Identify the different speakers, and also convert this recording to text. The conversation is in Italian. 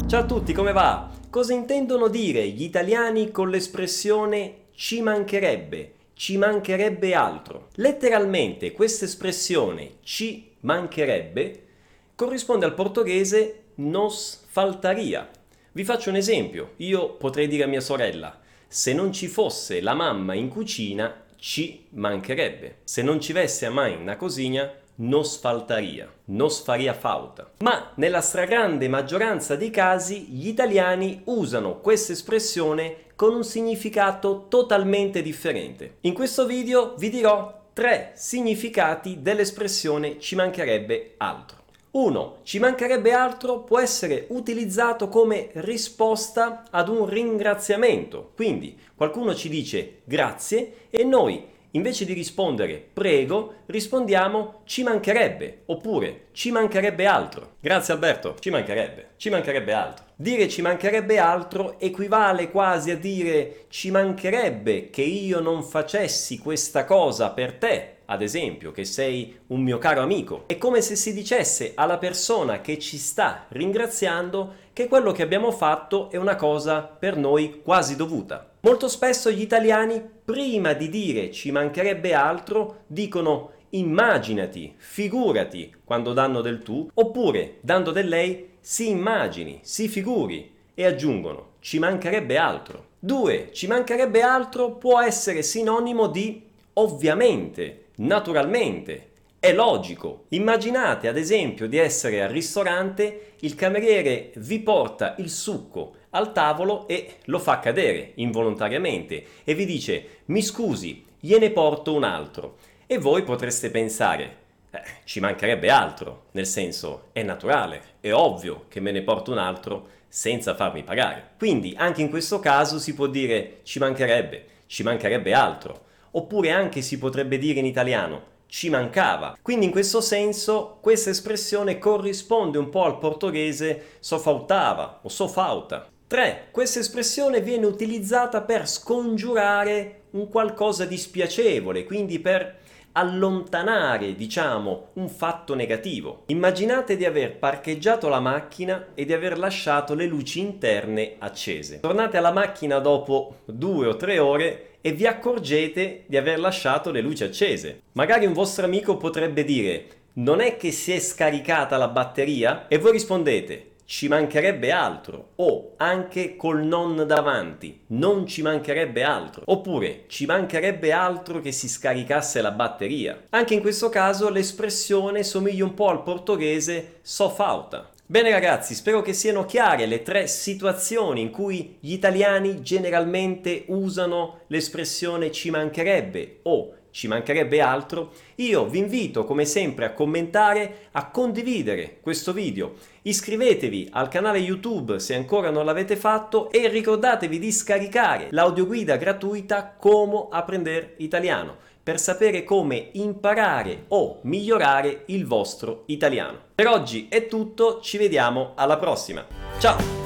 Speaker 1: Ciao a tutti, come va? Cosa intendono dire gli italiani con l'espressione ci mancherebbe altro? Letteralmente questa espressione ci mancherebbe corrisponde al portoghese nos faltaria. Vi faccio un esempio, io potrei dire a mia sorella: se non ci fosse la mamma in cucina ci mancherebbe. Se non ci vesse a mãe na cozinha nos faltaria, nos faria falta. Ma nella stragrande maggioranza dei casi gli italiani usano questa espressione con un significato totalmente differente. In questo video vi dirò 3 significati dell'espressione ci mancherebbe altro. 1. Ci mancherebbe altro può essere utilizzato come risposta ad un ringraziamento. Quindi qualcuno ci dice grazie e noi, invece di rispondere prego, rispondiamo ci mancherebbe oppure ci mancherebbe altro. Grazie Alberto, ci mancherebbe altro. Dire ci mancherebbe altro equivale quasi a dire ci mancherebbe che io non facessi questa cosa per te. Ad esempio, che sei un mio caro amico. È come se si dicesse alla persona che ci sta ringraziando che quello che abbiamo fatto è una cosa per noi quasi dovuta. Molto spesso gli italiani, prima di dire ci mancherebbe altro, dicono immaginati, figurati quando danno del tu, oppure dando del lei si immagini, si figuri e aggiungono ci mancherebbe altro. 2. Ci mancherebbe altro può essere sinonimo di ovviamente, naturalmente, è logico. Immaginate ad esempio di essere al ristorante, il cameriere vi porta il succo al tavolo e lo fa cadere involontariamente e vi dice mi scusi, gliene porto un altro. E voi potreste pensare ci mancherebbe altro, nel senso è naturale, è ovvio che me ne porto un altro senza farmi pagare. Quindi anche in questo caso si può dire ci mancherebbe altro. Oppure anche si potrebbe dire in italiano ci mancava. Quindi in questo senso questa espressione corrisponde un po' al portoghese so faltava o so falta. 3. Questa espressione viene utilizzata per scongiurare un qualcosa di spiacevole, quindi per allontanare, diciamo, un fatto negativo. Immaginate di aver parcheggiato la macchina e di aver lasciato le luci interne accese. Tornate alla macchina dopo 2 o 3 ore e vi accorgete di aver lasciato le luci accese. Magari un vostro amico potrebbe dire non è che si è scaricata la batteria? E voi rispondete ci mancherebbe altro, o anche col non davanti, non ci mancherebbe altro, oppure ci mancherebbe altro che si scaricasse la batteria. Anche in questo caso l'espressione somiglia un po' al portoghese so falta. Bene ragazzi, spero che siano chiare le 3 situazioni in cui gli italiani generalmente usano l'espressione ci mancherebbe o ci mancherebbe altro. Io vi invito come sempre a commentare, a condividere questo video, iscrivetevi al canale YouTube se ancora non l'avete fatto e ricordatevi di scaricare l'audioguida gratuita Come aprender italiano per sapere come imparare o migliorare il vostro italiano. Per oggi è tutto, ci vediamo alla prossima. Ciao!